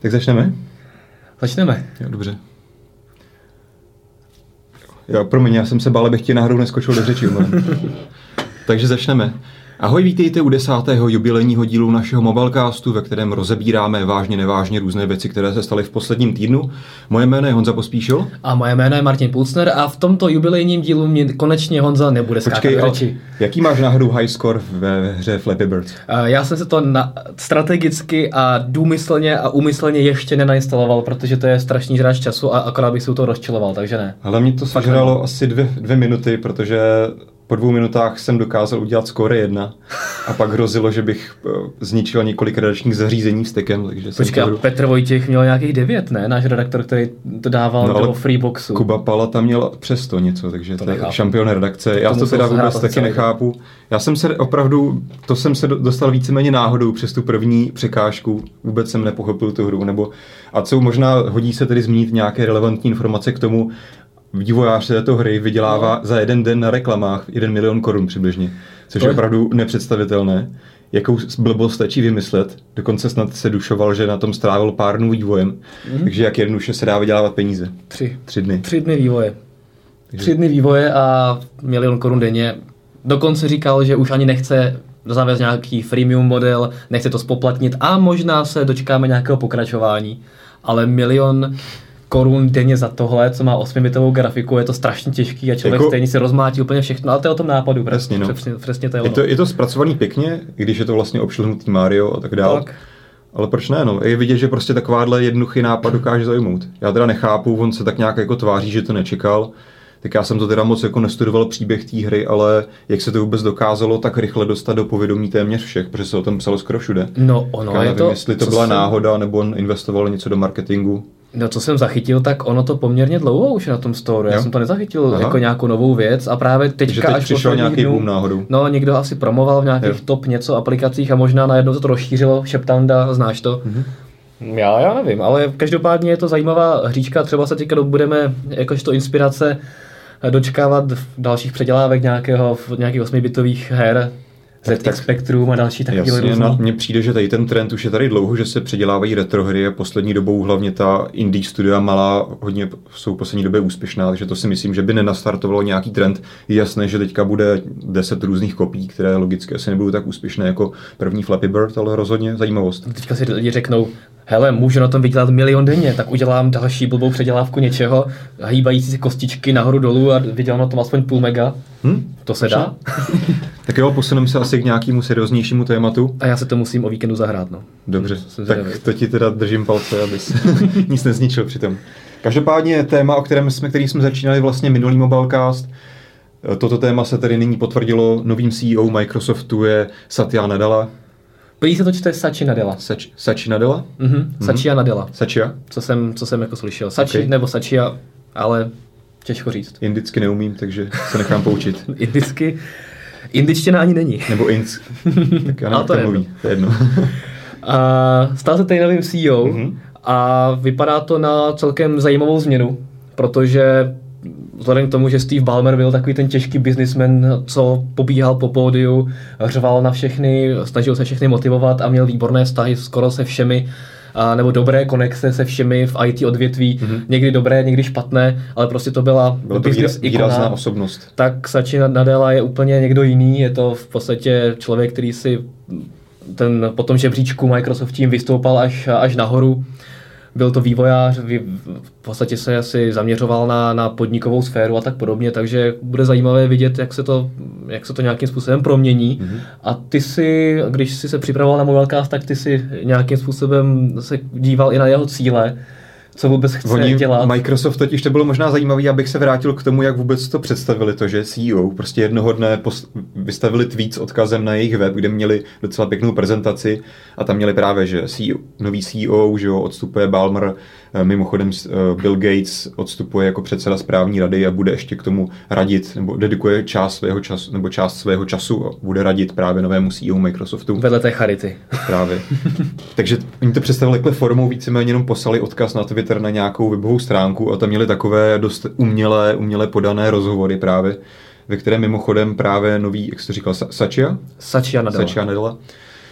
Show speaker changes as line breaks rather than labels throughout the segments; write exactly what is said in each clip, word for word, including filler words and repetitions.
Tak začneme?
Začneme.
Jo, dobře. Jo, promiň, já jsem se bál, abych ti náhodou neskočil do řeči. Takže začneme. Ahoj, vítejte u desátého jubilejního dílu našeho Mobilecastu, ve kterém rozebíráme vážně nevážně různé věci, které se staly v posledním týdnu. Moje jméno je Honza Pospíšil.
A moje jméno je Martin Pulsner a v tomto jubilejním dílu mě konečně Honza nebude skákat do řeči.
Jaký máš náhodou high score ve hře Flappy Bird?
Já jsem se to na, strategicky a důmyslně a úmyslně ještě nenainstaloval, protože to je strašný žráč času a akorát bych se u toho rozčiloval, takže ne.
Ale mě to sežralo asi dvě, dvě minuty, protože po dvou minutách jsem dokázal udělat skóre jedna a pak hrozilo, že bych zničil několik redakčních zařízení vstekem. Takže
Počkej,
jsem
a Petr Vojtěch měl nějakých devět, ne? Náš redaktor, který to dával no, do Freeboxu.
Kuba Pala tam měl přesto něco, takže to je šampion redakce. Já to, to teda vůbec taky nechápu. Já jsem se opravdu, to jsem se dostal víceméně náhodou přes tu první překážku. Vůbec jsem nepochopil tu hru. Nebo, a co možná hodí se tedy zmínit nějaké relevantní informace k tomu. Vývojář této hry vydělává no. za jeden den na reklamách jeden milion korun přibližně, což to je opravdu nepředstavitelné. Jakou blbost stačí vymyslet, dokonce snad se dušoval, že na tom strávil pár dnů vývojem, mm-hmm. takže jak jednoduše se dá vydělávat peníze.
Tři.
Tři dny.
Tři dny vývoje. Takže... Tři dny vývoje a milion korun denně. Dokonce říkal, že už ani nechce zavést nějaký freemium model, nechce to spoplatnit a možná se dočkáme nějakého pokračování, ale milion korun denně za tohle, co má osmibitovou grafiku, je to strašně těžký a člověk jako... stejně si rozmátí úplně všechno, ale to je o tom nápadu.
Přesně, no.
přesně, přesně to je,
je, to, je to zpracovaný pěkně, když je to vlastně obšlehnutý Mario a tak dále. Tak. Ale proč ne, no? Je vidět, že prostě takováhle jednoduchý nápad dokáže zaujmout. Já teda nechápu, on se tak nějak jako tváří, že to nečekal. Tak já jsem to teda moc jako nestudoval příběh té hry, ale jak se to vůbec dokázalo tak rychle dostat do povědomí téměř všech, protože se o tom psalo skoro všude.
No ono
já
je
nevím,
to...
jestli to byla jsem... náhoda, nebo on investoval něco do marketingu.
No, co jsem zachytil, tak ono to poměrně dlouho už na tom store. Já jo? jsem to nezachytil Aha. jako nějakou novou věc a právě teďka
teď
až
přišel nějaký boom náhodou.
No, někdo asi promoval v nějakých jo. top něco aplikacích a možná najednou se to rozšířilo. Sheptanda, znáš to? Mhm. Já, já nevím, ale každopádně je to zajímavá hříčka. Třeba se teďka budeme jakožto inspirace dočkávat v dalších předělávek nějakého, nějakých osmibitových her. Z X Spectrum a další takové různý.
Mně přijde, že tady ten trend už je tady dlouho, že se předělávají retrohry a poslední dobou hlavně ta indie studia malá hodně jsou v poslední době úspěšná, takže to si myslím, že by nenastartovalo nějaký trend. Je jasné, že teďka bude deset různých kopií, které logicky asi nebudou tak úspěšné jako první Flappy Bird, ale rozhodně zajímavost.
Teďka si lidi řeknou, hele, můžu na tom vydělat milion denně, tak udělám další blbou předělávku něčeho, hýbající si kostičky nahoru dolů a vydělám na tom aspoň půl mega. Hm? To se dá.
Tak jo, posuneme se asi k nějakému serióznějšímu tématu.
A já se to musím o víkendu zahrát, no.
Dobře, tak to ti teda držím palce, abys nic nezničil přitom. Každopádně téma, o kterém jsme, který jsme začínali vlastně minulý Mobilecast, toto téma se tedy nyní potvrdilo. Novým C E O Microsoftu je Satya Nadella.
Prý se to čte Satya Nadella.
Sač, Satya Nadella?
Mhm, Satya Nadella.
Satya?
Co jsem, co jsem jako slyšel. Satya okay. nebo Satya, ale těžko říct.
Indicky neumím, takže se nechám poučit.
Indicky? Indičtina ani není.
Nebo inc. Tak já nevím, to, mluví. To je jedno.
A stal se tady novým C E O mm-hmm. a vypadá to na celkem zajímavou změnu, protože vzhledem k tomu, že Steve Ballmer byl takový ten těžký businessman, co pobíhal po pódiu, řval na všechny, snažil se všechny motivovat a měl výborné vztahy skoro se všemi, a nebo dobré konexe se všemi v í té odvětví, mm-hmm. někdy dobré, někdy špatné, ale prostě to byla
Byla to business výrazná ikona, osobnost.
Tak Satya Nadella je úplně někdo jiný, je to v podstatě člověk, který si ten po tom žebříčku Microsoft tím vystoupal až, až nahoru. Byl to vývojář, v podstatě se asi zaměřoval na, na podnikovou sféru a tak podobně, takže bude zajímavé vidět, jak se to, jak se to nějakým způsobem promění. Mm-hmm. A ty si, když jsi se připravoval na Mobilecast, tak ty si nějakým způsobem se díval i na jeho cíle, co vůbec chce
Oni,
dělat.
Microsoft totiž to bylo možná zajímavý, abych se vrátil k tomu, jak vůbec to představili, to, že C E O prostě jednoho dne post- vystavili tweet s odkazem na jejich web, kde měli docela pěknou prezentaci a tam měli právě, že C E O, nový C E O, že jo, odstupuje Ballmer, mimochodem Bill Gates odstupuje jako předseda správní rady a bude ještě k tomu radit, nebo dedikuje část svého času, nebo část svého času a bude radit právě novému C E O Microsoftu.
Vedle té charity.
Právě. Takže oni to představili takhle formou, víceméně jenom poslali odkaz na Twitter na nějakou webovou stránku a tam měli takové dost umělé, uměle podané rozhovory právě, ve které mimochodem právě nový, jak jsi to říkal, Satya?
Satya Nadella.
Satya Nadella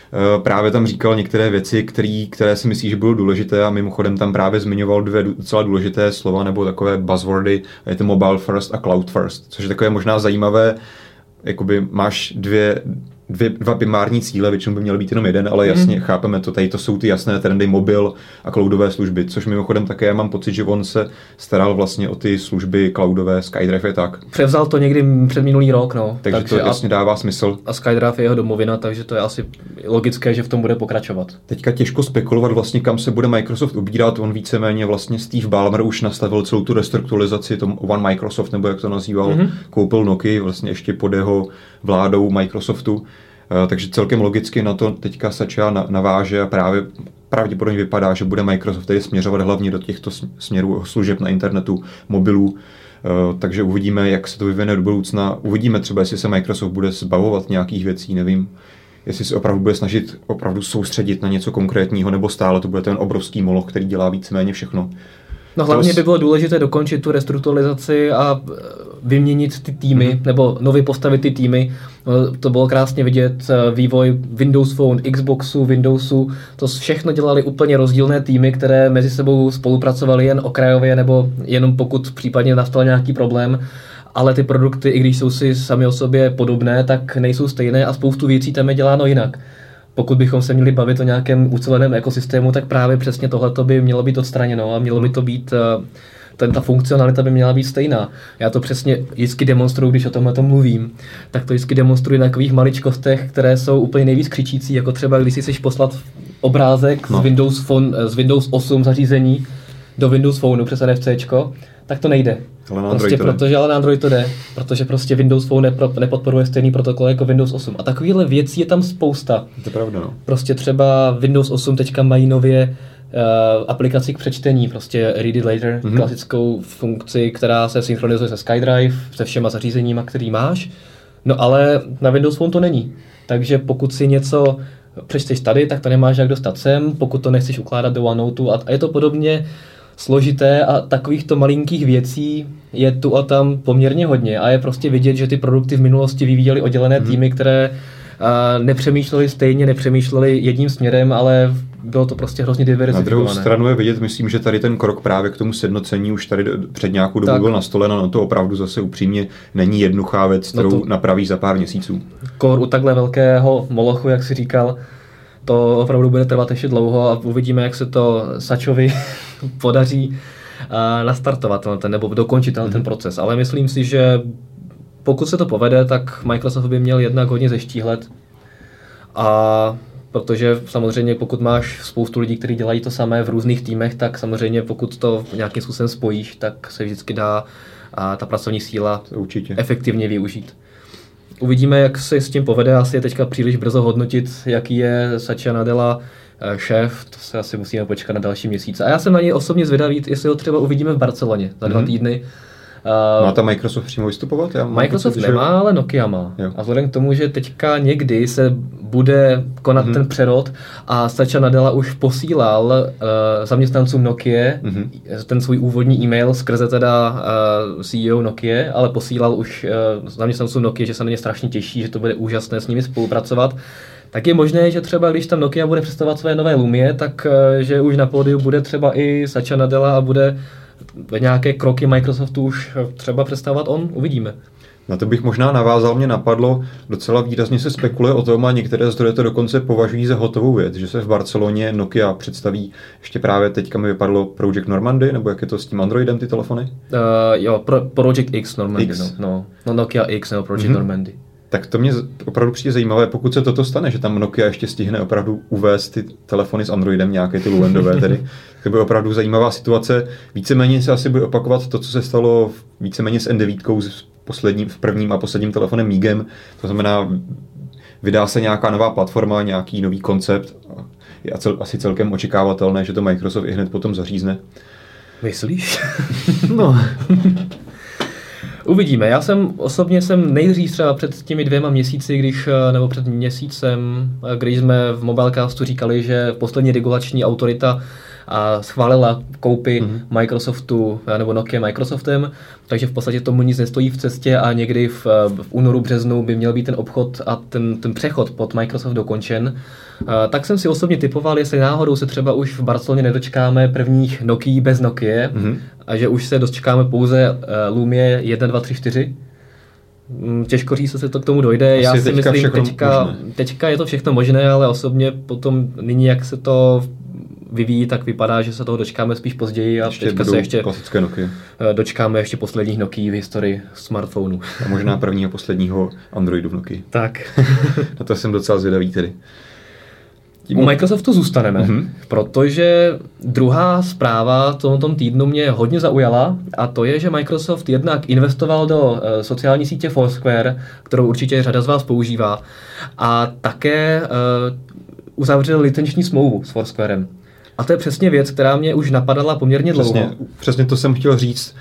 právě tam říkal některé věci, který, které si myslí, že budou důležité a mimochodem tam právě zmiňoval dvě docela důležité slova nebo takové buzzwordy, je to mobile first a cloud first, což je takové možná zajímavé, jakoby máš dvě Dvě, dva primární cíle, většinou by měl být jenom jeden, ale jasně mm. chápeme to, tady to jsou ty jasné trendy mobil a cloudové služby, což mimochodem také já mám pocit, že on se staral vlastně o ty služby cloudové, SkyDrive je tak.
Převzal to někdy před minulý rok, no.
Takže, takže to jasně dává smysl.
A SkyDrive je jeho domovina, takže to je asi logické, že v tom bude pokračovat.
Teďka těžko spekulovat vlastně, kam se bude Microsoft ubírat, on víceméně vlastně Steve Ballmer už nastavil celou tu restrukturalizaci, tom One Microsoft, nebo jak to nazýval, mm-hmm. koupil Nokia vlastně ještě pod jeho vládou Microsoftu. Takže celkem logicky na to teďka Satya naváže a právě pravděpodobně vypadá, že bude Microsoft tedy směřovat hlavně do těchto směrů služeb na internetu, mobilů. Takže uvidíme, jak se to vyvine do budoucna. Uvidíme třeba, jestli se Microsoft bude zbavovat nějakých věcí, nevím. Jestli se opravdu bude snažit opravdu soustředit na něco konkrétního, nebo stále to bude ten obrovský moloch, který dělá víceméně všechno.
No hlavně by bylo důležité dokončit tu restrukturalizaci a vyměnit ty týmy, mm-hmm. nebo nově postavit ty týmy. To bylo krásně vidět, vývoj Windows Phone, Xboxu, Windowsu, to všechno dělali úplně rozdílné týmy, které mezi sebou spolupracovaly jen okrajově, nebo jenom pokud případně nastal nějaký problém. Ale ty produkty, i když jsou si sami o sobě podobné, tak nejsou stejné a spoustu věcí tam je děláno jinak. Pokud bychom se měli bavit o nějakém uceleném ekosystému, tak právě přesně tohleto by mělo být odstraněno a mělo by to být, ten, ta funkcionalita by měla být stejná. Já to přesně vždycky demonstruji, když o tomhle mluvím, tak to vždycky demonstruji na takových maličkostech, které jsou úplně nejvíc křičící, jako třeba když si chceš poslat obrázek no. z, Windows Phone, z Windows osm zařízení do Windows Phoneu přes NFCčko, tak to nejde.
Ale na
prostě
to
protože, ale na Android to jde, protože prostě Windows Phone nepro, nepodporuje stejný protokol jako Windows osm. A takovýhle věcí je tam spousta.
To je pravda, no.
Prostě třeba Windows osm teďka mají nově uh, aplikaci k přečtení, prostě Read It Later, mm-hmm. klasickou funkci, která se synchronizuje se SkyDrive, se všema zařízeníma, který máš. No ale na Windows Phone to není. Takže pokud si něco přečteš tady, tak to nemáš jak dostat sem, pokud to nechceš ukládat do OneNote a, a je to podobně složité a takovýchto malinkých věcí je tu a tam poměrně hodně a je prostě vidět, že ty produkty v minulosti vyvíjely oddělené týmy, hmm. které uh, nepřemýšleli stejně, nepřemýšleli jedním směrem, ale bylo to prostě hrozně diverzifikované.
Na druhou stranu je vidět, myslím, že tady ten krok právě k tomu sjednocení už tady před nějakou dobu byl nastoleno, no to opravdu zase upřímně není jednoduchá věc, kterou no to napravíš za pár měsíců.
Kor u takhle velkého molochu, jak si říkal, to opravdu bude trvat ještě dlouho a uvidíme, jak se to Satyovi podaří uh, nastartovat ten, nebo dokončit ten, mm. ten proces. Ale myslím si, že pokud se to povede, tak Microsoft by měl jednak hodně zeštíhlet. A protože samozřejmě pokud máš spoustu lidí, kteří dělají to samé v různých týmech, tak samozřejmě pokud to nějakým způsobem spojíš, tak se vždycky dá uh, ta pracovní síla
určitě
efektivně využít. Uvidíme, jak se s tím povede. Asi je teďka příliš brzo hodnotit, jaký je Satya Nadella šéf. To se asi musíme počkat na další měsíce. A já jsem na něj osobně zvědavý, jestli ho třeba uvidíme v Barceloně za dva mm-hmm. týdny.
Má tam Microsoft přímo vystupovat? Já
Microsoft pocit, nemá, že... ale Nokia má. Jo. A vzhledem k tomu, že teďka někdy se bude konat mm-hmm. ten přerod a Satya Nadella už posílal uh, zaměstnancům Nokia mm-hmm. ten svůj úvodní e-mail skrze teda uh, C E O Nokia, ale posílal už uh, zaměstnancům Nokia, že se na ně strašně těší, že to bude úžasné s nimi spolupracovat. Tak je možné, že třeba když tam Nokia bude představovat své nové Lumie, tak uh, že už na pódiu bude třeba i Satya Nadella a bude nějaké kroky Microsoftu už třeba představovat on, uvidíme.
Na to bych možná navázal, mě napadlo, docela výrazně se spekuluje o tom a některé zdroje to dokonce považují za hotovou věc, že se v Barceloně Nokia představí, ještě právě teďka mi vypadlo Project Normandy, nebo jak je to s tím Androidem ty telefony? Uh,
jo, Pro, Project X Normandy, X. No, no, no Nokia X nebo Project mm-hmm. Normandy.
Tak to mě opravdu přijde zajímavé, pokud se toto stane, že tam Nokia ještě stihne opravdu uvést ty telefony s Androidem, nějaké ty Luendové tedy, to bude opravdu zajímavá situace. Víceméně se asi bude opakovat to, co se stalo víceméně s N devět, s posledním, v prvním a posledním telefonem Migem, to znamená, vydá se nějaká nová platforma, nějaký nový koncept, je cel, asi celkem očekávatelné, že to Microsoft i hned potom zařízne.
Myslíš? No... Uvidíme. Já jsem osobně jsem nejdřív třeba před těmi dvěma měsíci, když, nebo před měsícem, když jsme v Mobilecastu říkali, že poslední regulační autorita a schválila koupy mm-hmm. Microsoftu nebo Nokia Microsoftem, takže v podstatě tomu nic nestojí v cestě a někdy v, v únoru, březnu by měl být ten obchod a ten, ten přechod pod Microsoft dokončen. A, tak jsem si osobně typoval, jestli náhodou se třeba už v Barceloně nedočkáme prvních Nokia bez Nokia mm-hmm. a že už se dočkáme pouze uh, Lumie jedna, dva, tři, čtyři. Těžko říct, se to k tomu dojde. Asi Já si teďka myslím, teďka, teďka je to všechno možné, ale osobně potom nyní, jak se to vyvíjí, tak vypadá, že se toho dočkáme spíš později a ještě teďka se ještě
klasické Nokia.
Dočkáme ještě posledních Nokia v historii smartphonů.
A možná prvního posledního Androidu v Nokia.
Tak.
Na to jsem docela zvědavý tedy.
U Microsoftu zůstaneme, mm-hmm. protože druhá zpráva tomto týdnu mě hodně zaujala a to je, že Microsoft jednak investoval do uh, sociální sítě Foursquare, kterou určitě řada z vás používá, a také uh, uzavřel licenční smlouvu s Foursquarem. A to je přesně věc, která mě už napadala poměrně dlouho.
Přesně, přesně to jsem chtěl říct.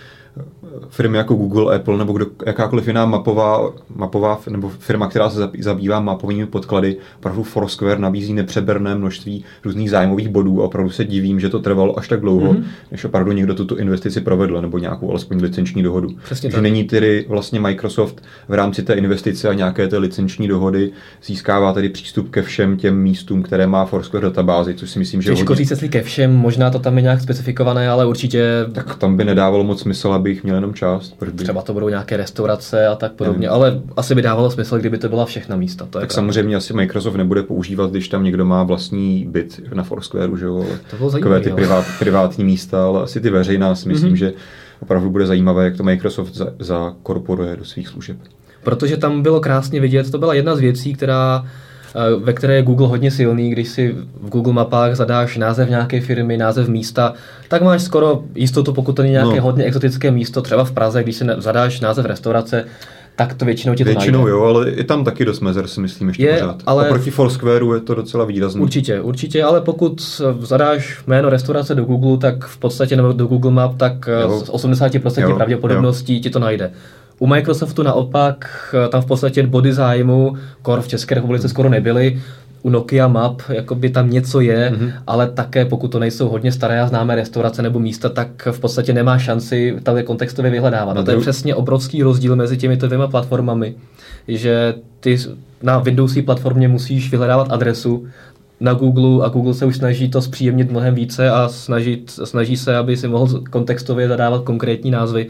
Firmy jako Google, Apple nebo kdo, jakákoliv jiná mapová, mapová nebo firma, která se zabývá mapovými podklady, opravdu Foursquare nabízí nepřeberné množství různých zájmových bodů a opravdu se divím, že to trvalo až tak dlouho, mm-hmm. než opravdu někdo tuto investici provedl nebo nějakou alespoň licenční dohodu. Přesně že není tedy vlastně Microsoft v rámci té investice a nějaké té licenční dohody získává tedy přístup ke všem těm místům, které má Foursquare databázi, což si myslím, že
těžko říct, jestli ke všem, možná to tam je nějak specifikované, ale určitě
tak tam by nedávalo moc smysl, abych měl jenom část. By...
Třeba to budou nějaké restaurace a tak podobně, nevím. Ale asi by dávalo smysl, kdyby to byla všechna místa. To je
tak
právě.
Samozřejmě asi Microsoft nebude používat, když tam někdo má vlastní byt na Foursquareu, že jo, ale
to bylo zajímavé,
ty privát, privátní místa, ale asi ty veřejná si myslím, mm-hmm. že opravdu bude zajímavé, jak to Microsoft za, zakorporuje do svých služeb.
Protože tam bylo krásně vidět, to byla jedna z věcí, která ve které je Google hodně silný, když si v Google mapách zadáš název nějaké firmy, název místa, tak máš skoro jistotu, pokud to není nějaké no. hodně exotické místo, třeba v Praze, když si zadáš název restaurace, tak to většinou ti to najde.
Většinou jo, ale i tam taky dost mezer, si myslím, ještě je, pořád. Ale oproti Foursquareu je to docela výrazné.
Určitě, určitě, ale pokud zadáš jméno restaurace do Google, tak v podstatě nebo do Google Map, tak jo. z osmdesát procent jo, pravděpodobností jo. ti to najde. U Microsoftu naopak tam v podstatě body zájmu, kor v České republice hmm. skoro nebyly. U Nokia Map jakoby tam něco je, mm-hmm. ale také pokud to nejsou hodně staré a známé restaurace nebo místa, tak v podstatě nemá šanci tady kontextově vyhledávat. No, a to je přesně obrovský rozdíl mezi těmito dvěma platformami, že ty na Windowsové platformě musíš vyhledávat adresu, na Google a Google se už snaží to zpříjemnit mnohem více a snaží, snaží se, aby si mohl kontextově zadávat konkrétní názvy.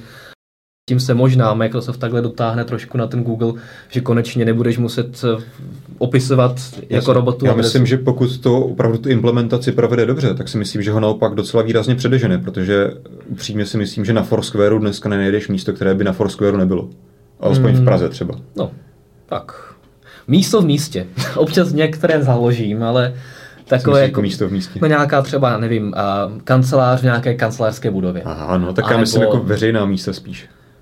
Tím se možná Microsoft takhle dotáhne trošku na ten Google, že konečně nebudeš muset opisovat jako robotu.
Já myslím, že pokud to opravdu tu implementaci provede dobře, tak si myslím, že ho naopak docela výrazně předežene, protože upřímně si myslím, že na Foursquareu dneska nenajdeš místo, které by na Foursquareu nebylo. Alespoň hmm. v Praze třeba.
No, tak. Místo v místě. Občas některé založím, ale takové jako
místo v místě.
No nějaká třeba, nevím, uh, kancelář v nějaké kancelářské budově.
Aha, no tak já myslím jako veřejná místa spíš.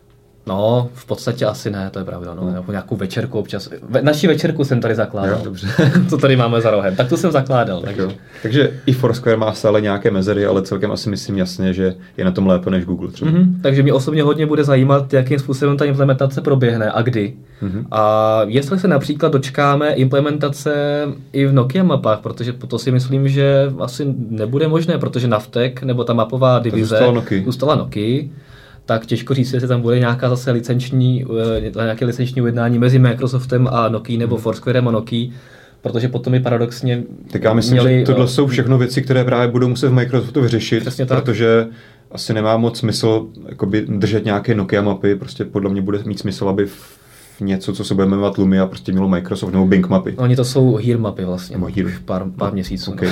No, v podstatě asi ne, to je pravda, no, jako nějakou večerku občas. Ve, naši večerku jsem tady zakládal.
Jo, dobře.
Co tady máme za rohem, tak to jsem zakládal.
Tak
takže.
takže i Foursquare má stále nějaké mezery, ale celkem asi myslím jasně, že je na tom lépe než Google třeba.
Mm-hmm, takže mě osobně hodně bude zajímat, jakým způsobem ta implementace proběhne a kdy. Mm-hmm. A jestli se například dočkáme implementace i v Nokia mapách, protože to si myslím, že asi nebude možné, protože Navtec nebo ta mapová divize zůstala Nokia. Tak těžko říct, jestli tam bude nějaká zase licenční, nějaké licenční ujednání mezi Microsoftem a Nokia nebo Foursquarem a Nokia, protože potom je paradoxně
tak já myslím, měli, že tohle jsou všechno věci, které právě budou muset v Microsoftu vyřešit, protože asi nemá moc smysl jakoby, držet nějaké Nokia mapy, prostě podle mě bude mít smysl, aby v něco, co se bude jmenovat Lumia, prostě mělo Microsoft nebo Bing mapy.
Oni to jsou Here mapy vlastně,
no, Here.
pár, pár měsíců.
Okay.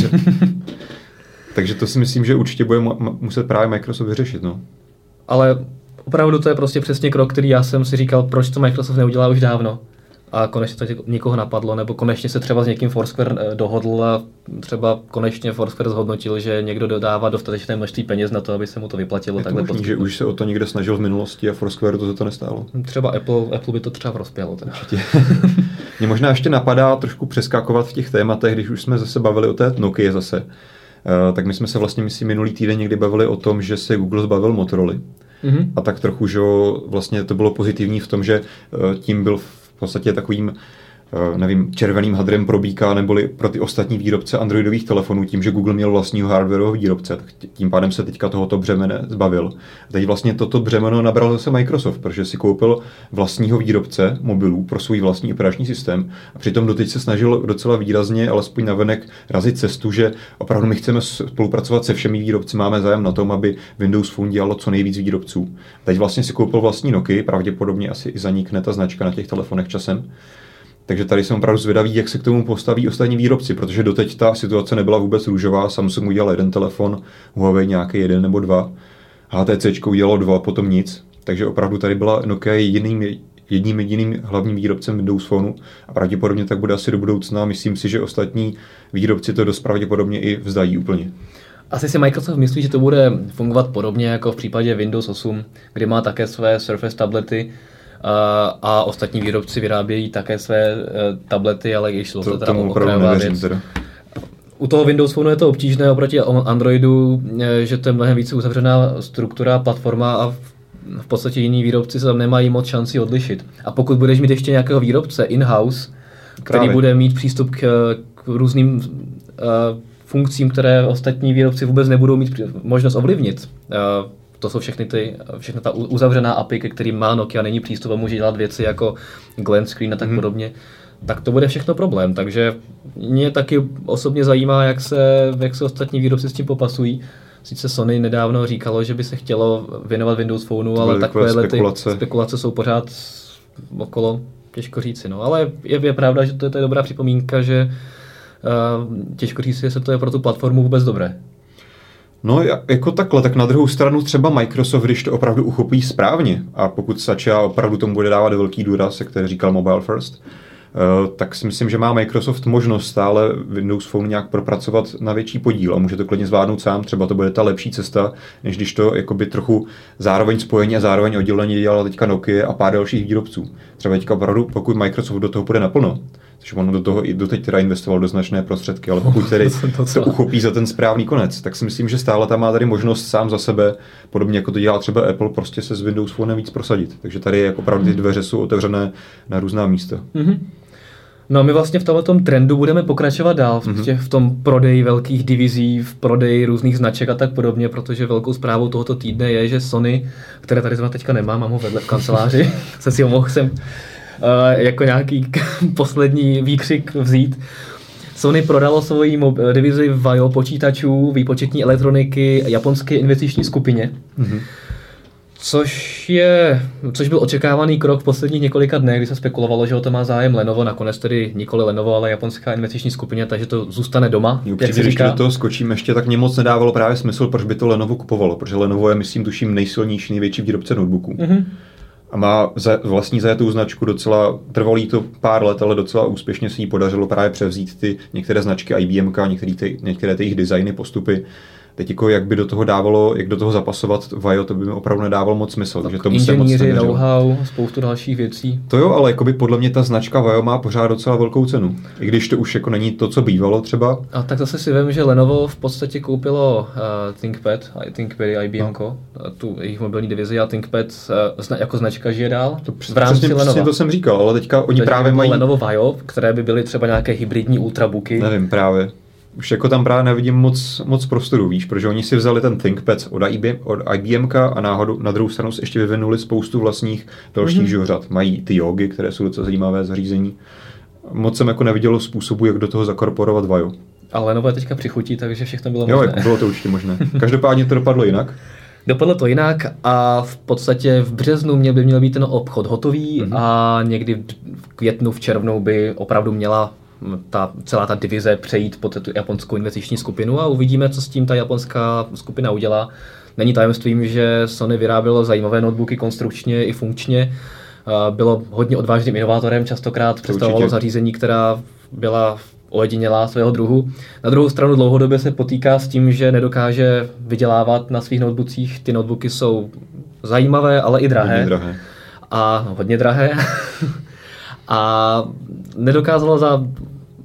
Takže to si myslím, že určitě bude muset právě Microsoft vyřešit, no.
Ale opravdu to je prostě přesně krok, který já jsem si říkal, proč to Microsoft neudělá už dávno. A konečně to někoho napadlo, nebo konečně se třeba s někým Foursquare dohodl a třeba konečně Foursquare zhodnotil, že někdo dodává dostatečné množství peněz na to, aby se mu to vyplatilo.
Je to možný, že už se o to někde snažil v minulosti a Foursquare to za to nestálo.
Třeba Apple, Apple by to třeba rozpělo.
Určitě. Mě možná ještě napadá trošku přeskakovat v těch tématech, když už jsme zase bavili o té Nokia zase. Uh, tak my jsme se vlastně myslím minulý týden někdy bavili o tom, že se Google zbavil Motorola. Mm-hmm. A tak trochu, že vlastně to bylo pozitivní v tom, že uh, tím byl v podstatě takovým nevím, červeným hadrem probíká, neboli pro ty ostatní výrobce androidových telefonů tím, že Google měl vlastního hardwareového výrobce, tak tím pádem se teďka tohoto břemene zbavil. A teď vlastně toto břemeno nabral zase Microsoft, protože si koupil vlastního výrobce mobilů pro svůj vlastní operační systém a přitom doteď se snažil docela výrazně, alespoň navenek, razit cestu, že opravdu my chceme spolupracovat se všemi výrobci, máme zájem na tom, aby Windows Phone dělalo co nejvíc výrobců. Teď vlastně si koupil vlastní Nokia, pravděpodobně asi i zanikne ta značka na těch telefonech časem. Takže tady jsem opravdu zvědavý, jak se k tomu postaví ostatní výrobci, protože doteď ta situace nebyla vůbec růžová. Samsung udělal jeden telefon, Huawei nějaký jeden nebo dva, H T C udělalo dva, potom nic. Takže opravdu tady byla Nokia jediným, jedním jediným hlavním výrobcem Windows Phoneu a pravděpodobně tak bude asi do budoucna. Myslím si, že ostatní výrobci to dost pravděpodobně i vzdají úplně.
Asi si Microsoft myslí, že to bude fungovat podobně jako v případě Windows osm, kdy má také své Surface tablety, A, a ostatní výrobci vyrábějí také své uh, tablety, ale již jsou to, to teda okrajová věc. Teda. U toho Windows Phoneu je to obtížné oproti Androidu, že to je mnohem více uzavřená struktura, platforma a v podstatě jiní výrobci se tam nemají moc šanci odlišit. A pokud budeš mít ještě nějakého výrobce in-house, který Právě. bude mít přístup k, k různým uh, funkcím, které ostatní výrobci vůbec nebudou mít možnost ovlivnit, uh, to jsou všechny ty, všechny ta uzavřená A P I, ke kterým má Nokia, není přístup a může dělat věci jako glance screen a tak mm. podobně, tak to bude všechno problém. Takže mě taky osobně zajímá, jak se, jak se ostatní výrobci s tím popasují. Sice Sony nedávno říkalo, že by se chtělo věnovat Windows Phoneu, ale takovéhle spekulace. ty spekulace jsou pořád okolo, těžko říci. No. Ale je, je pravda, že to je, to je dobrá připomínka, že uh, těžko říci, jestli to je pro tu platformu vůbec dobré.
No jako takhle, tak na druhou stranu třeba Microsoft, když to opravdu uchopí správně a pokud Satya opravdu tomu bude dávat velký důraz, jak tady říkal Mobile First, tak si myslím, že má Microsoft možnost stále Windows Phone nějak propracovat na větší podíl a může to klidně zvládnout sám, třeba to bude ta lepší cesta, než když to jakoby trochu zároveň spojení a zároveň oddělení dělala teďka Nokia a pár dalších výrobců. Třeba teďka opravdu, pokud Microsoft do toho půjde naplno, což on do toho i doteď teda investoval do značné prostředky, ale pokud tedy to uchopí za ten správný konec, tak si myslím, že stále tam má tady možnost sám za sebe, podobně jako to dělá třeba Apple, prostě se s Windows Phone víc prosadit. Takže tady jako opravdu ty dveře jsou otevřené na různá místa.
Mm-hmm. No my vlastně v tomto trendu budeme pokračovat dál, mm-hmm. v tom prodeji velkých divizí, v prodeji různých značek a tak podobně, protože velkou zprávou tohoto týdne je, že Sony, které tady zrovna teďka nemám, mám ho vedle v kanceláři, se si ho mohl sem Uh, jako nějaký poslední výkřik vzít. Sony prodalo svoji mob- divizi Vaio počítačů, výpočetní elektroniky japonské investiční skupině, mm-hmm. což je, což byl očekávaný krok v posledních několika dnech, kdy se spekulovalo, že o to má zájem Lenovo, nakonec tedy nikoli Lenovo, ale japonská investiční skupině, takže to zůstane doma.
Upřímně, když do toho skočím ještě, tak mě moc nedávalo právě smysl, proč by to Lenovo kupovalo, protože Lenovo je, myslím, tuším nejsilnější, největší výrobce notebooků. Mm-hmm. A má za, vlastní zajetou značku docela, trvalo jí to pár let, ale docela úspěšně se jí podařilo právě převzít ty některé značky I B M K, některé ty, některé ty jejich designy, postupy. Teď jako jak by do toho dávalo, jak do toho zapasovat Vaio, to by mi opravdu nedávalo moc smysl. Takže tomu
inženýři, know-how, spoustu dalších věcí.
To jo, ale jakoby podle mě ta značka Vaio má pořád docela velkou cenu. I když to už jako není to, co bývalo třeba.
A tak zase si vím, že Lenovo v podstatě koupilo uh, ThinkPad, ThinkPad I B M ko, no. tu jejich mobilní divizi a ThinkPad uh, zna, jako značka žije dál
to přes, v rámci přesně, Lenovo. Přesně to jsem říkal, ale teďka oni
Takže
právě mají...
Lenovo Vaio, které by byly třeba nějaké hybridní ultrabooky.
Nevím, právě. Už jako tam právě nevidím moc, moc prostoru, víš, protože oni si vzali ten ThinkPad od I B M, od I B M ka a náhodou na druhou stranu si ještě vyvinuli spoustu vlastních dalších mm-hmm. žořad. Mají ty jogy, které jsou docela zajímavé zařízení. Moc jsem jako neviděl způsobu, jak do toho zakorporovat Vaio.
Ale Lenovo je teďka přichutí, takže všechno bylo možné.
Jo, jako bylo to určitě možné. Každopádně to dopadlo jinak.
Dopadlo to jinak a v podstatě v březnu mě by měl být ten obchod hotový mm-hmm. a někdy v květnu, v červnu by opravdu měla ta, celá ta divize přejít pod tu japonskou investiční skupinu a uvidíme, co s tím ta japonská skupina udělá. Není tajemstvím, že Sony vyrábělo zajímavé notebooky konstrukčně i funkčně. Bylo hodně odvážným inovátorem, častokrát představovalo zařízení, která byla ojedinělá svého druhu. Na druhou stranu dlouhodobě se potýká s tím, že nedokáže vydělávat na svých notebookích. Ty notebooky jsou zajímavé, ale i drahé.
Hodně drahé.
A no, hodně drahé. A nedokázalo za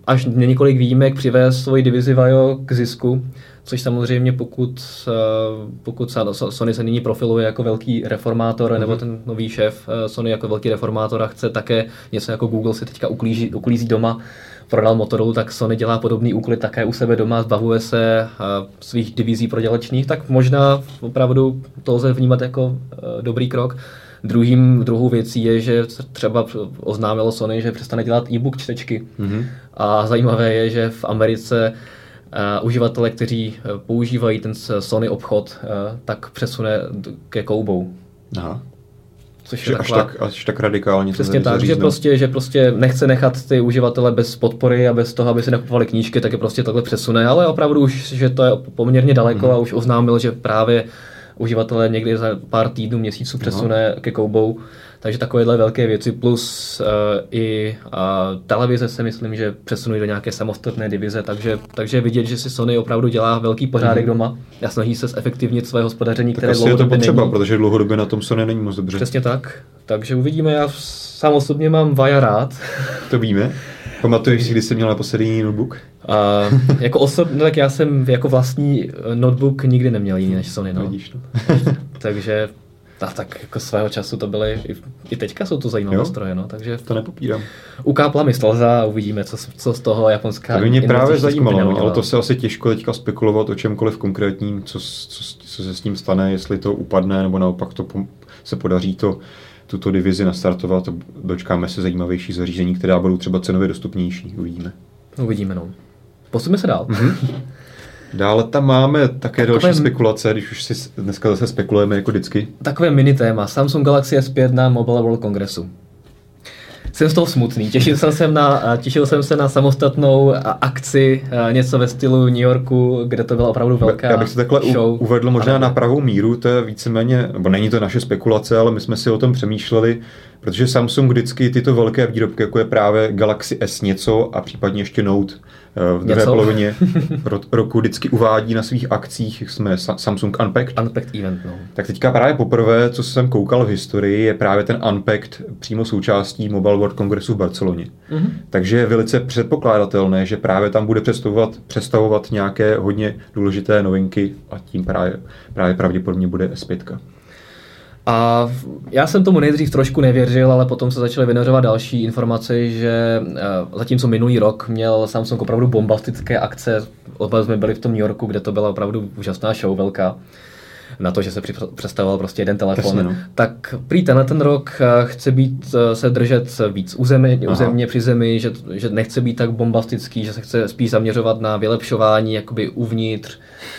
až několik výjimek přivést svoji divizi Vaio k zisku, což samozřejmě pokud, pokud Sony se nyní profiluje jako velký reformátor, mm-hmm. nebo ten nový šéf Sony jako velký reformátor a chce také něco jako Google si teďka uklízí, uklízí doma, prodal Motorola, tak Sony dělá podobný úkoly také u sebe doma, zbavuje se svých divizí prodělečných, tak možná opravdu to lze vnímat jako dobrý krok. Druhým, druhou věcí je, že třeba oznámilo Sony, že přestane dělat e-book čtečky. Mm-hmm. A zajímavé je, že v Americe uh, uživatelé, kteří používají ten Sony obchod, uh, tak přesune ke koubou.
Aha. Což je až, taková, tak, až tak radikálně.
Přesně tak, že prostě, že prostě nechce nechat ty uživatele bez podpory a bez toho, aby si nakupovali knížky, tak je prostě takhle přesune. Ale opravdu už, že to je poměrně daleko mm-hmm. a už oznámil, že právě uživatelé někdy za pár týdnů, měsíců přesune no. ke koubou. Takže takovéhle velké věci plus uh, i uh, televize se myslím, že přesunují do nějaké samostatné divize, takže, takže vidět, že si Sony opravdu dělá velký pořádek mm-hmm. doma a snaží se zefektivnit své hospodaření,
tak
které
dlouhodobě není. Tak asi je to potřeba, protože dlouhodobě na tom Sony není moc dobře.
Přesně tak, takže uvidíme, já sám osobně mám Vaia rád.
To víme. Pamatuješ si, kdy jsi měl naposledy jiný notebook?
Uh, jako osobně, tak já jsem jako vlastní notebook nikdy neměl jiný než Sony. No.
Vidíš, no.
Takže a tak jako svého času to byly, i, i teďka jsou to zajímavé jo? stroje, no, takže
to nepopírám.
Ukápla mi slza a uvidíme, co, co z toho japonská.
To mě právě zajímalo, no, ale to se asi těžko teďka spekulovat o čemkoliv konkrétním, co, co, co se s tím stane, jestli to upadne, nebo naopak to se podaří to tuto divizi nastartovat, dočkáme se zajímavější zařízení, která budou třeba cenově dostupnější, uvidíme.
Uvidíme, no. Posuňme se dál. Mm-hmm.
Dále tam máme také takové další spekulace, když už si dneska zase spekulujeme jako vždycky.
Takové mini téma. Samsung Galaxy S pět na Mobile World Kongresu. Jsem z toho smutný. Těšil jsem se na, těšil jsem se na samostatnou akci, něco ve stylu New Yorku, kde to byla opravdu velká
Já bych se takhle
show.
uvedl možná na pravou míru, to je víceméně, nebo není to naše spekulace, ale my jsme si o tom přemýšleli, protože Samsung vždycky tyto velké výrobky, jako je právě Galaxy S něco a případně ještě Note v druhé polovině roku vždycky uvádí na svých akcích, jsme Samsung Unpacked.
Unpacked event, no.
Tak teďka právě poprvé, co jsem koukal v historii, je právě ten Unpacked přímo součástí Mobile World Kongresu v Barceloně. Mm-hmm. Takže je velice předpokládatelné, že právě tam bude představovat, představovat nějaké hodně důležité novinky a tím právě, právě pravděpodobně bude S pět.
A já jsem tomu nejdřív trošku nevěřil, ale potom se začaly vynořovat další informace, že zatímco minulý rok měl Samsung opravdu bombastické akce, oba jsme byli v tom New Yorku, kde to byla opravdu úžasná show velká, na to, že se představoval prostě jeden telefon, Přesně, no. tak prý tenhle ten rok chce být, se držet víc u země, u země při zemi, že, že nechce být tak bombastický, že se chce spíš zaměřovat na vylepšování jakoby uvnitř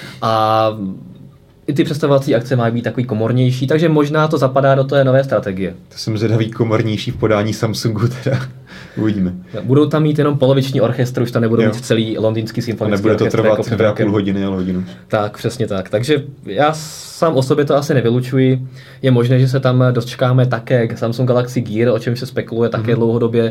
a i ty představovací akce mají být takový komornější, takže možná to zapadá do té nové strategie.
To jsem zvědavý komornější v podání Samsungu teda. Uvidíme.
Budou tam mít jenom poloviční orchestr, už tam nebudou jo. mít celý londýnský symfonický orchestr.
Nebude to trvat jako dvě a půl hodiny, ale hodinu.
Tak, přesně tak. Takže já sám o sobě to asi nevylučuji. Je možné, že se tam dočkáme také k Samsung Galaxy Gear, o čem se spekuluje také mm-hmm. dlouhodobě.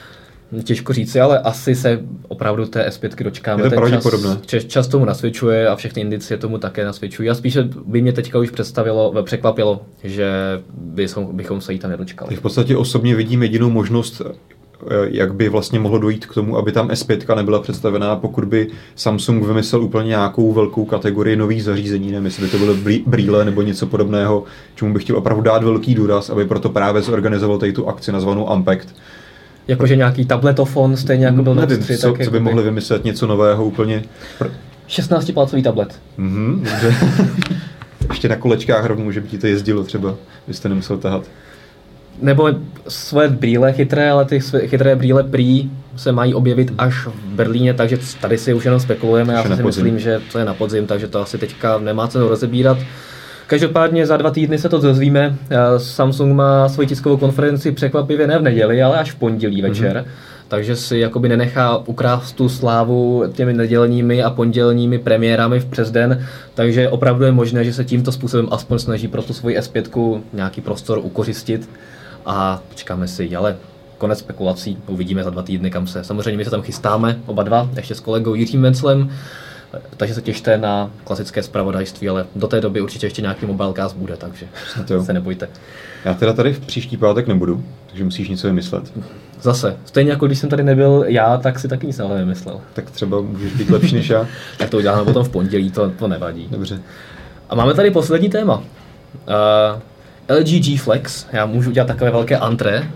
Těžko říci, ale asi se opravdu té S pět dočkáme.
Je to pravděpodobné.
Čas, čas tomu nasvědčuje a všechny indicie tomu také nasvědčují. A spíše by mě teďka už představilo, překvapilo, že bychom, bychom se jí tam nedočkali.
V podstatě osobně vidím jedinou možnost, jak by vlastně mohlo dojít k tomu, aby tam S pět nebyla představená, pokud by Samsung vymyslel úplně nějakou velkou kategorii nových zařízení, nevím, jestli by to byly brýle nebo něco podobného, čemu bych chtěl opravdu dát velký důraz, aby proto právě zorganizoval tady tu akci nazvanou Unpacked.
Jakože nějaký tabletofon, stejně jako byl
Nevím,
Note tři.
Co,
tak
co by mohli vymyslet něco nového úplně.
šestnáctipalcový tablet.
Mhm, dobře. Ještě na kolečkách rovnou, že by ti to jezdilo třeba, byste nemusel tahat.
Nebo svoje brýle chytré, ale ty chytré brýle prý se mají objevit až v Berlíně, takže tady si už jenom spekulujeme. Já si myslím, že to je na podzim, takže to asi teďka nemá cenu rozebírat. Každopádně za dva týdny se to dozvíme. Samsung má svoji tiskovou konferenci překvapivě ne v neděli, ale až v pondělí večer. Mm-hmm. Takže si jakoby nenechá ukrást tu slávu těmi nedělními a pondělními premiérami v přes den. Takže opravdu je možné, že se tímto způsobem aspoň snaží pro tu svoji S pět nějaký prostor ukořistit. A počkáme si, ale konec spekulací. Uvidíme za dva týdny, kam se. Samozřejmě my se tam chystáme, oba dva, ještě s kolegou Jiřím Venclem. Takže se těšte na klasické zpravodajství, ale do té doby určitě ještě nějaký mobilecast bude, takže se nebojte.
Já teda tady v příští pátek nebudu, takže musíš něco vymyslet.
Zase, stejně jako když jsem tady nebyl já, tak si taky nic nevymyslel.
Tak třeba můžeš být lepší než já.
Tak to uděláme potom v pondělí, to, to nevadí.
Dobře.
A máme tady poslední téma. Uh, L G G Flex, já můžu udělat takové velké antré.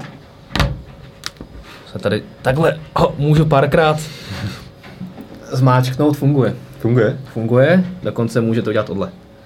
Se tady takhle ho, můžu párkrát zmáčknout, funguje.
Funguje?
Funguje, dokonce může to udělat tohle.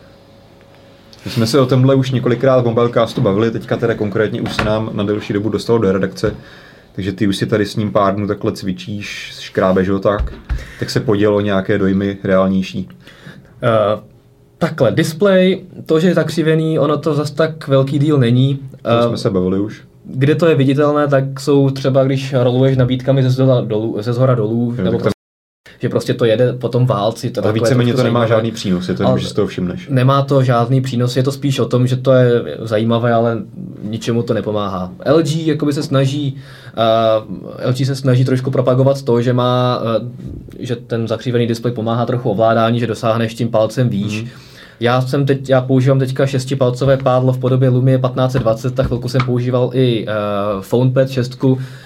My jsme se o tomhle už několikrát v Mobilecastu bavili, teďka teda konkrétně už se nám na delší dobu dostalo do redakce, takže ty už si tady s ním pár dnů takhle cvičíš, škrábeš ho tak, tak se poděl o nějaké dojmy reálnější.
Uh, takhle, display, to, že je zakřivený, ono to zas tak velký díl není.
To uh, jsme se bavili už.
Kde to je viditelné, tak jsou třeba, když roluješ nabídkami ze zhora dolů, ze zhora dolů
jo,
nebo prostě, že prostě to jede po tom válci. To
ale víceméně to nemá žádný přínos, je to jenom, že si toho všimneš.
Nemá to žádný přínos, je to spíš o tom, že to je zajímavé, ale ničemu to nepomáhá. L G jakoby se snaží, uh, L G se snaží trošku propagovat to, že má, uh, že ten zakřívený displej pomáhá trochu ovládání, že dosáhneš tím palcem výš. Mm. Já jsem teď, já používám teďka šestipalcové pádlo v podobě Lumie patnáct set dvacet, tak chvilku jsem používal i uh, PhonePad šest,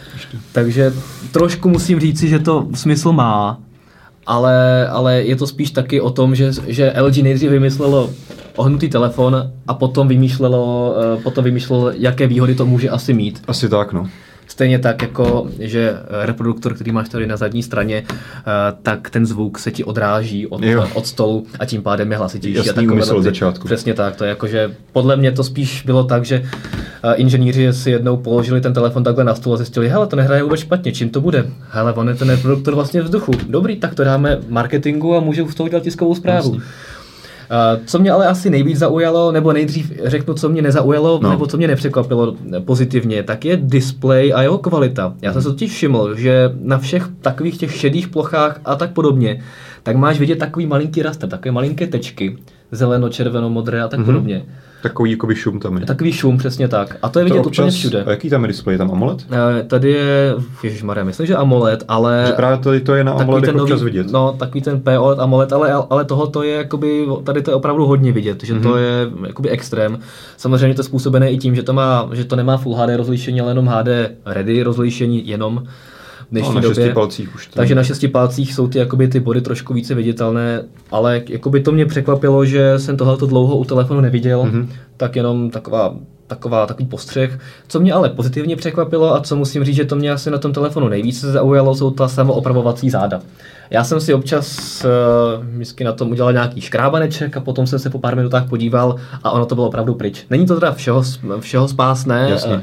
takže trošku musím říci, že to smysl má, ale, ale je to spíš taky o tom, že, že L G nejdřív vymyslelo ohnutý telefon a potom vymýšlelo, uh, potom vymýšlelo, jaké výhody to může asi mít.
Asi tak, no.
Stejně tak, jako že reproduktor, který máš tady na zadní straně, tak ten zvuk se ti odráží od, od stolu a tím pádem je hlasitější.
Jasný úmysl od začátku.
Přesně tak, to je jako, že podle mě to spíš bylo tak, že inženýři si jednou položili ten telefon takhle na stůl a zjistili, hele, to nehraje vůbec špatně, čím to bude? Hele, on je ten reproduktor vlastně vzduchu. Dobrý, tak to dáme marketingu a můžou z toho udělat tiskovou zprávu. Jasný. Co mě ale asi nejvíc zaujalo, nebo nejdřív řeknu, co mě nezaujalo, no. nebo co mě nepřekvapilo pozitivně, tak je display a jeho kvalita. Já jsem se totiž všiml, že na všech takových těch šedých plochách a tak podobně, tak máš vidět takový malinký raster, takové malinké tečky, zeleno, červeno, modré a tak mm-hmm. podobně.
Takový jakoby šum tam je.
Takový šum, přesně tak. A to je vidět to úplně všude.
A jaký tam je displej? Tam AMOLED?
E, tady je, ježišmarja, myslím, že AMOLED, ale...
Že právě tady to je na AMOLED občas vidět.
No, takový ten P O L E D AMOLED, ale, ale tohle je jakoby, tady to je opravdu hodně vidět, že mm-hmm. to je jakoby extrém. Samozřejmě to je způsobené i tím, že to, má, že to nemá Full H D rozlišení, ale jenom H D ready rozlišení jenom.
No, na šesti palcích už to.
Takže na šesti palcích jsou ty, jakoby, ty body trošku více viditelné, ale jakoby to mě překvapilo, že jsem tohleto dlouho u telefonu neviděl, mm-hmm. tak jenom taková, taková, takový postřeh. Co mě ale pozitivně překvapilo a co musím říct, že to mě asi na tom telefonu nejvíce zaujalo, jsou ta samoopravovací záda. Já jsem si občas uh, vždycky na tom udělal nějaký škrábaneček a potom jsem se po pár minutách podíval a ono to bylo opravdu pryč. Není to teda všeho, všeho spásné.
Jasně.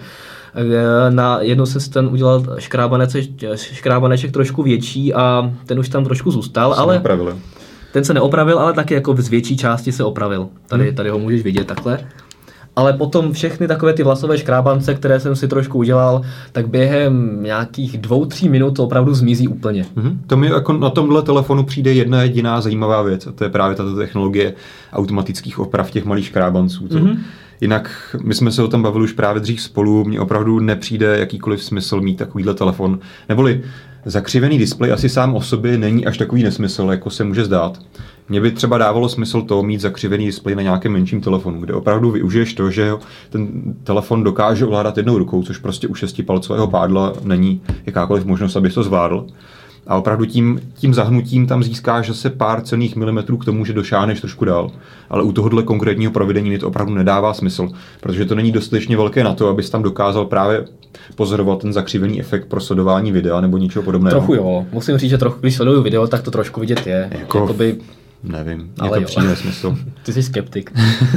Na jednou se ten udělal škrábaneček, škrábaneček trošku větší a ten už tam trošku zůstal,
se
ale
neopravil.
Ten se neopravil, ale taky jako z větší části se opravil. Tady, tady ho můžeš vidět takhle. Ale potom všechny takové ty vlasové škrábance, které jsem si trošku udělal, tak během nějakých dvou, tří minut to opravdu zmizí úplně.
Mm-hmm. To mi jako na tomhle telefonu přijde jedna jediná zajímavá věc a to je právě tato technologie automatických oprav těch malých škrábanců. To. Mm-hmm. Jinak my jsme se o tom bavili už právě dřív spolu, mně opravdu nepřijde jakýkoliv smysl mít takovýhle telefon. Neboli zakřivený displej asi sám o sobě není až takový nesmysl, jako se může zdát. Mně by třeba dávalo smysl to mít zakřivený displej na nějakém menším telefonu, kde opravdu využiješ to, že ten telefon dokáže ovládat jednou rukou, což prostě u šestipalcového pádla není jakákoliv možnost, abys to zvládl. A opravdu tím, tím zahnutím tam získáš zase pár cenných milimetrů k tomu, že došáhneš trošku dál. Ale u tohohle konkrétního provedení mi to opravdu nedává smysl, protože to není dostatečně velké na to, abys tam dokázal právě pozorovat ten zakřivený efekt pro sledování videa nebo něčeho podobného.
Trochu jo. Musím říct, že trochu, když sleduju video, tak to trošku vidět je.
Jako, Jakoby... Nevím, je to přímý smysl.
Ty jsi skeptik.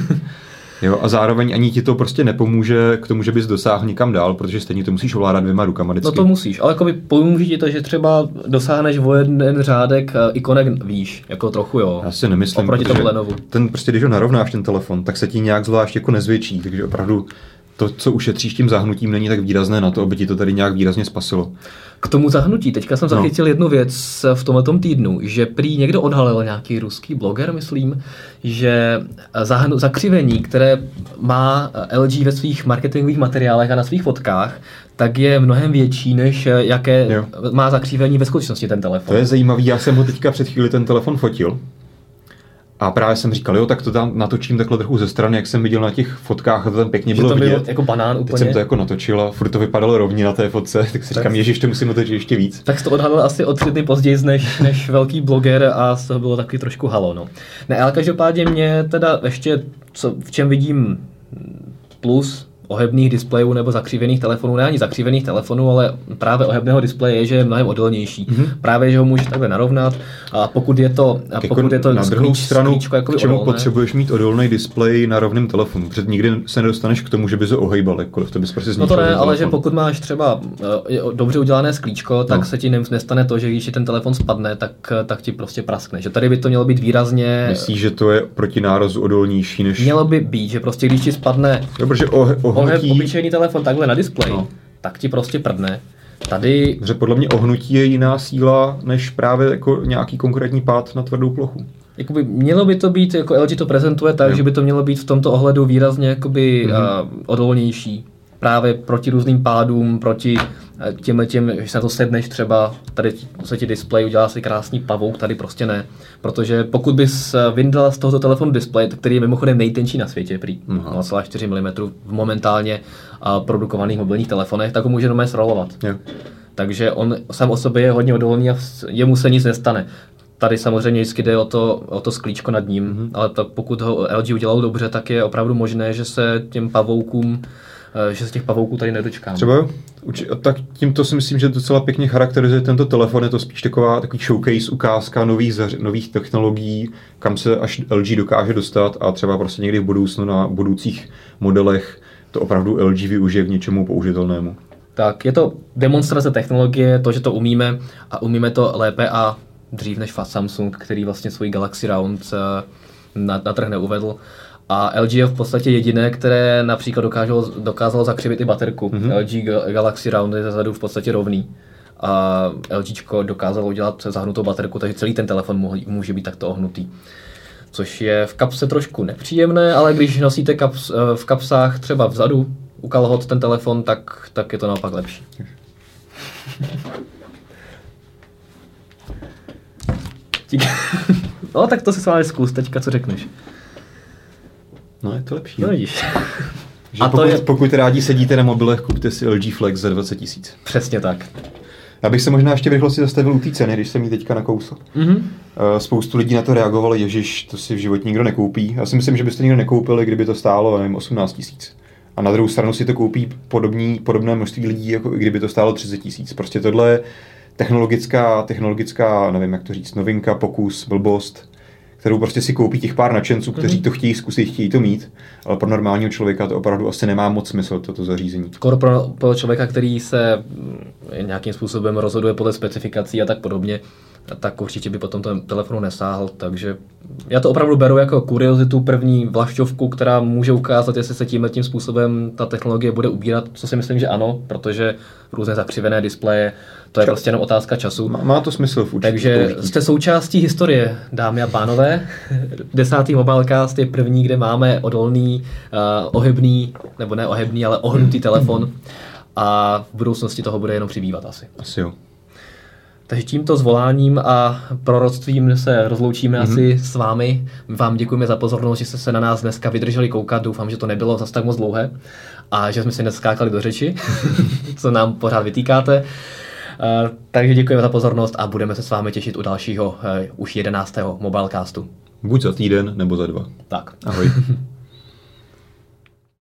Jo, a zároveň ani ti to prostě nepomůže k tomu, že bys dosáhl někam dál, protože stejně to musíš ovládat dvěma rukama vždycky.
No to musíš, ale jakoby pomůže ti to, že třeba dosáhneš o jeden řádek ikonek výš, jako trochu jo.
Já si nemyslím,
oproti tomu Lenovu.
Ten prostě, když ho narovnáš ten telefon, tak se ti nějak zvlášť jako nezvětší, takže opravdu to, co ušetříš tím zahnutím, není tak výrazné na to, aby ti to tady nějak výrazně spasilo.
K tomu zahnutí, teďka jsem zachytil no. jednu věc v tomhletom týdnu, že prý někdo odhalil, nějaký ruský bloger, myslím, že zahnu, zakřivení, které má L G ve svých marketingových materiálech a na svých fotkách, tak je mnohem větší, než jaké jo. má zakřivení ve skutečnosti ten telefon.
To je zajímavý, já jsem ho teďka před chvíli ten telefon fotil. A právě jsem říkal, jo, tak to tam natočím takhle trochu ze strany, jak jsem viděl na těch fotkách, a to tam pěkně že bylo
to
vidět.
Jako banán úplně.
Teď jsem to jako natočil a furt to vypadalo rovně na té fotce, tak si tak říkám, ježiš, to musím natočit ještě víc.
Tak to odhalil asi o tři dny později než, než velký bloger a z toho bylo taky trošku halo, no. Ne, ale každopádně mě teda ještě, co, v čem vidím plus ohebných displejů nebo zakřivených telefonů, ne ani zakřivených telefonů, ale právě ohebného displeje je, že je mnohem odolnější. Mm-hmm. Právě, že ho můžeš takhle narovnat a pokud je to, a pokud jako je to
na druhou
sklíč,
stranu,
sklíčko
k čemu odolné, potřebuješ mít odolný displej na rovném telefonu, protože nikdy se nedostaneš k tomu, že bys ho ohejbal, jakkoliv to bys prostě zničil.
No to ne, ale že pokud máš třeba uh, dobře udělané sklíčko, tak no. se ti nestane to, že když ti ten telefon spadne, tak, tak ti prostě praskne. Že tady by to mělo být výrazně...
Myslíš, že to je proti nárazu odolnější než...
Mělo by být, že prostě když ti spadne...
Dobře, že oh, ohnutí...
obyčejný telefon takhle na displeji, no. tak ti prostě prdne. Tady...
Že podle mě ohnutí je jiná síla, než právě jako nějaký konkrétní pád na tvrdou plochu.
Jakoby mělo by to být, jako L G to prezentuje tak, jo. že by to mělo být v tomto ohledu výrazně jakoby mm-hmm. uh, odolnější. Právě proti různým pádům, proti těmhle těm, že se na to sedneš třeba, tady se ti displej udělá si krásný pavouk, tady prostě ne. Protože pokud bys vyndal z tohoto telefonu displej, který je mimochodem nejtenčí na světě, prý nula celá čtyři milimetru v momentálně uh, produkovaných mobilních telefonech, tak ho může normálně srolovat. Jo. Takže on sám o sobě je hodně odolný a jemu se nic nestane. Tady samozřejmě vždycky jde o to, o to sklíčko nad ním, mm-hmm. ale to, pokud ho L G udělal dobře, tak je opravdu možné, že se těm pavoukům že se těch pavouků tady nedočkáme.
Třeba jo. Tak tímto si myslím, že docela pěkně charakterizuje tento telefon. Je to spíš taková takový showcase, ukázka nových, zař- nových technologií, kam se až L G dokáže dostat a třeba prostě někdy v budoucnu na budoucích modelech to opravdu L G využije k něčemu použitelnému.
Tak je to demonstrace technologie, to, že to umíme a umíme to lépe a dřív než Samsung, který vlastně svůj Galaxy Round na, na trh neuvedl. A L G je v podstatě jediné, které například dokáželo, dokázalo zakřivit i baterku. Mm-hmm. L G Galaxy Round je zezadu v podstatě rovný. A LGčko dokázalo udělat zahnutou baterku, takže celý ten telefon může být takto ohnutý. Což je v kapse trošku nepříjemné, ale když nosíte kaps, v kapsách třeba vzadu u kalhot ten telefon, tak, tak je to naopak lepší. No tak to si s vámi zkus teďka, co řekneš.
No je to lepší.
No vidíš.
Že a pokud, to je... pokud rádi sedíte na mobilech, kupte si L G Flex za dvacet tisíc.
Přesně tak.
Já bych se možná ještě v rychlosti zastavil u té ceny, když jsem ji teďka nakousl. Mm-hmm. Spoustu lidí na to reagovalo, ježiš, to si v životě nikdo nekoupí. Já si myslím, že byste nikdo nekoupili, kdyby to stálo, nevím, osmnáct tisíc. A na druhou stranu si to koupí podobný, podobné množství lidí, jako kdyby to stálo třicet tisíc. Prostě tohle je technologická, technologická, nevím jak to říct, novinka, pokus, blbost, kterou prostě si koupí těch pár nadšenců, kteří to chtějí zkusit, chtějí to mít, ale pro normálního člověka to opravdu asi nemá moc smysl, toto zařízení.
Skoro pro, pro člověka, který se nějakým způsobem rozhoduje podle specifikací a tak podobně, tak určitě by potom ten telefonu nesáhl, takže já to opravdu beru jako kuriozitu, první vlašťovku, která může ukázat, jestli se tímhletím způsobem ta technologie bude ubírat, co si myslím, že ano, protože různé zakřivené displeje, to je Čas. prostě jenom otázka času.
Má, má to smysl v určitě.
Takže použití. Jste součástí historie, dámy a pánové. Desátý Mobilecast je první, kde máme odolný, uh, ohebný, nebo ne ohebný, ale ohnutý telefon a v budoucnosti toho bude jenom přibývat asi.
Asi jo.
Takže tímto zvoláním a proroctvím se rozloučíme mm-hmm. asi s vámi. Vám děkujeme za pozornost, že jste se na nás dneska vydrželi koukat. Doufám, že to nebylo zas tak moc dlouhé a že jsme si neskákali do řeči, co nám pořád vytýkáte. Uh, takže děkujeme za pozornost a budeme se s vámi těšit u dalšího, uh, už jedenáctého Mobilecastu.
Buď za týden, nebo za dva.
Tak.
Ahoj.